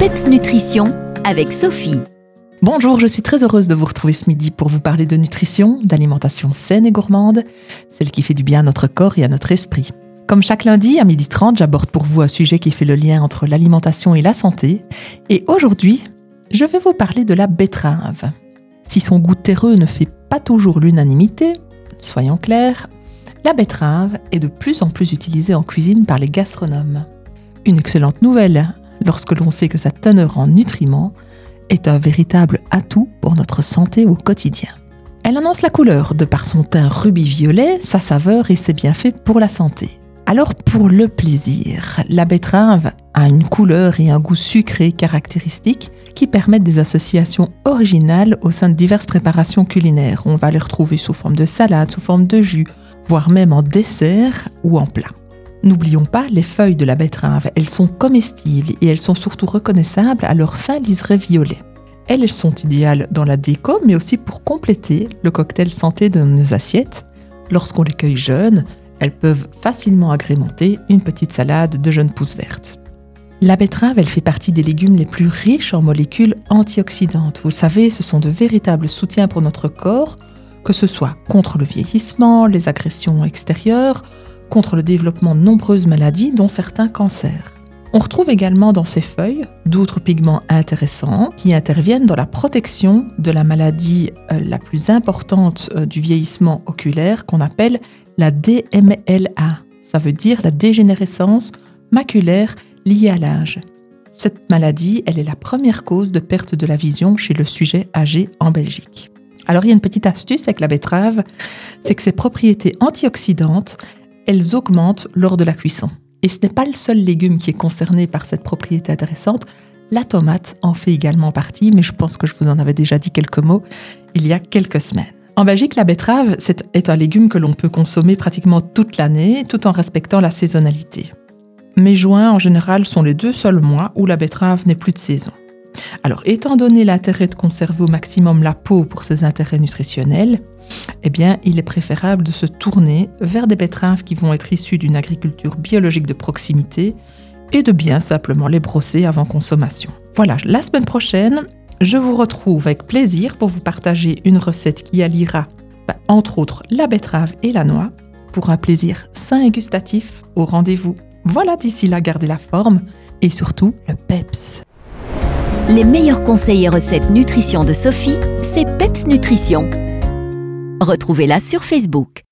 PEPS Nutrition avec Sophie. Bonjour, je suis très heureuse de vous retrouver ce midi pour vous parler de nutrition, d'alimentation saine et gourmande, celle qui fait du bien à notre corps et à notre esprit. Comme chaque lundi à 12h30, j'aborde pour vous un sujet qui fait le lien entre l'alimentation et la santé. Et aujourd'hui, je vais vous parler de la betterave. Si son goût terreux ne fait pas toujours l'unanimité, soyons clairs, la betterave est de plus en plus utilisée en cuisine par les gastronomes. Une excellente nouvelle, lorsque l'on sait que sa teneur en nutriments est un véritable atout pour notre santé au quotidien. Elle annonce la couleur de par son teint rubis-violet, sa saveur et ses bienfaits pour la santé. Alors pour le plaisir, la betterave a une couleur et un goût sucré caractéristiques qui permettent des associations originales au sein de diverses préparations culinaires. On va les retrouver sous forme de salade, sous forme de jus, voire même en dessert ou en plat. N'oublions pas les feuilles de la betterave, elles sont comestibles et elles sont surtout reconnaissables à leur fin liseré violet. Elles sont idéales dans la déco, mais aussi pour compléter le cocktail santé de nos assiettes. Lorsqu'on les cueille jeunes, elles peuvent facilement agrémenter une petite salade de jeunes pousses vertes. La betterave, elle fait partie des légumes les plus riches en molécules antioxydantes. Vous savez, ce sont de véritables soutiens pour notre corps, que ce soit contre le vieillissement, les agressions extérieures, contre le développement de nombreuses maladies, dont certains cancers. On retrouve également dans ces feuilles d'autres pigments intéressants qui interviennent dans la protection de la maladie la plus importante du vieillissement oculaire qu'on appelle la DMLA. Ça veut dire la dégénérescence maculaire liée à l'âge. Cette maladie, elle est la première cause de perte de la vision chez le sujet âgé en Belgique. Alors il y a une petite astuce avec la betterave, c'est que ses propriétés antioxydantes, elles augmentent lors de la cuisson. Et ce n'est pas le seul légume qui est concerné par cette propriété intéressante. La tomate en fait également partie, mais je pense que je vous en avais déjà dit quelques mots il y a quelques semaines. En Belgique, la betterave est un légume que l'on peut consommer pratiquement toute l'année, tout en respectant la saisonnalité. Mai-juin, en général, sont les 2 seuls mois où la betterave n'est plus de saison. Alors, étant donné l'intérêt de conserver au maximum la peau pour ses intérêts nutritionnels, eh bien, il est préférable de se tourner vers des betteraves qui vont être issues d'une agriculture biologique de proximité et de bien simplement les brosser avant consommation. Voilà, la semaine prochaine, je vous retrouve avec plaisir pour vous partager une recette qui alliera, entre autres, la betterave et la noix pour un plaisir sain et gustatif au rendez-vous. Voilà, d'ici là, gardez la forme et surtout le PEPS. Les meilleurs conseils et recettes nutrition de Sophie, c'est PEPS Nutrition. Retrouvez-la sur Facebook.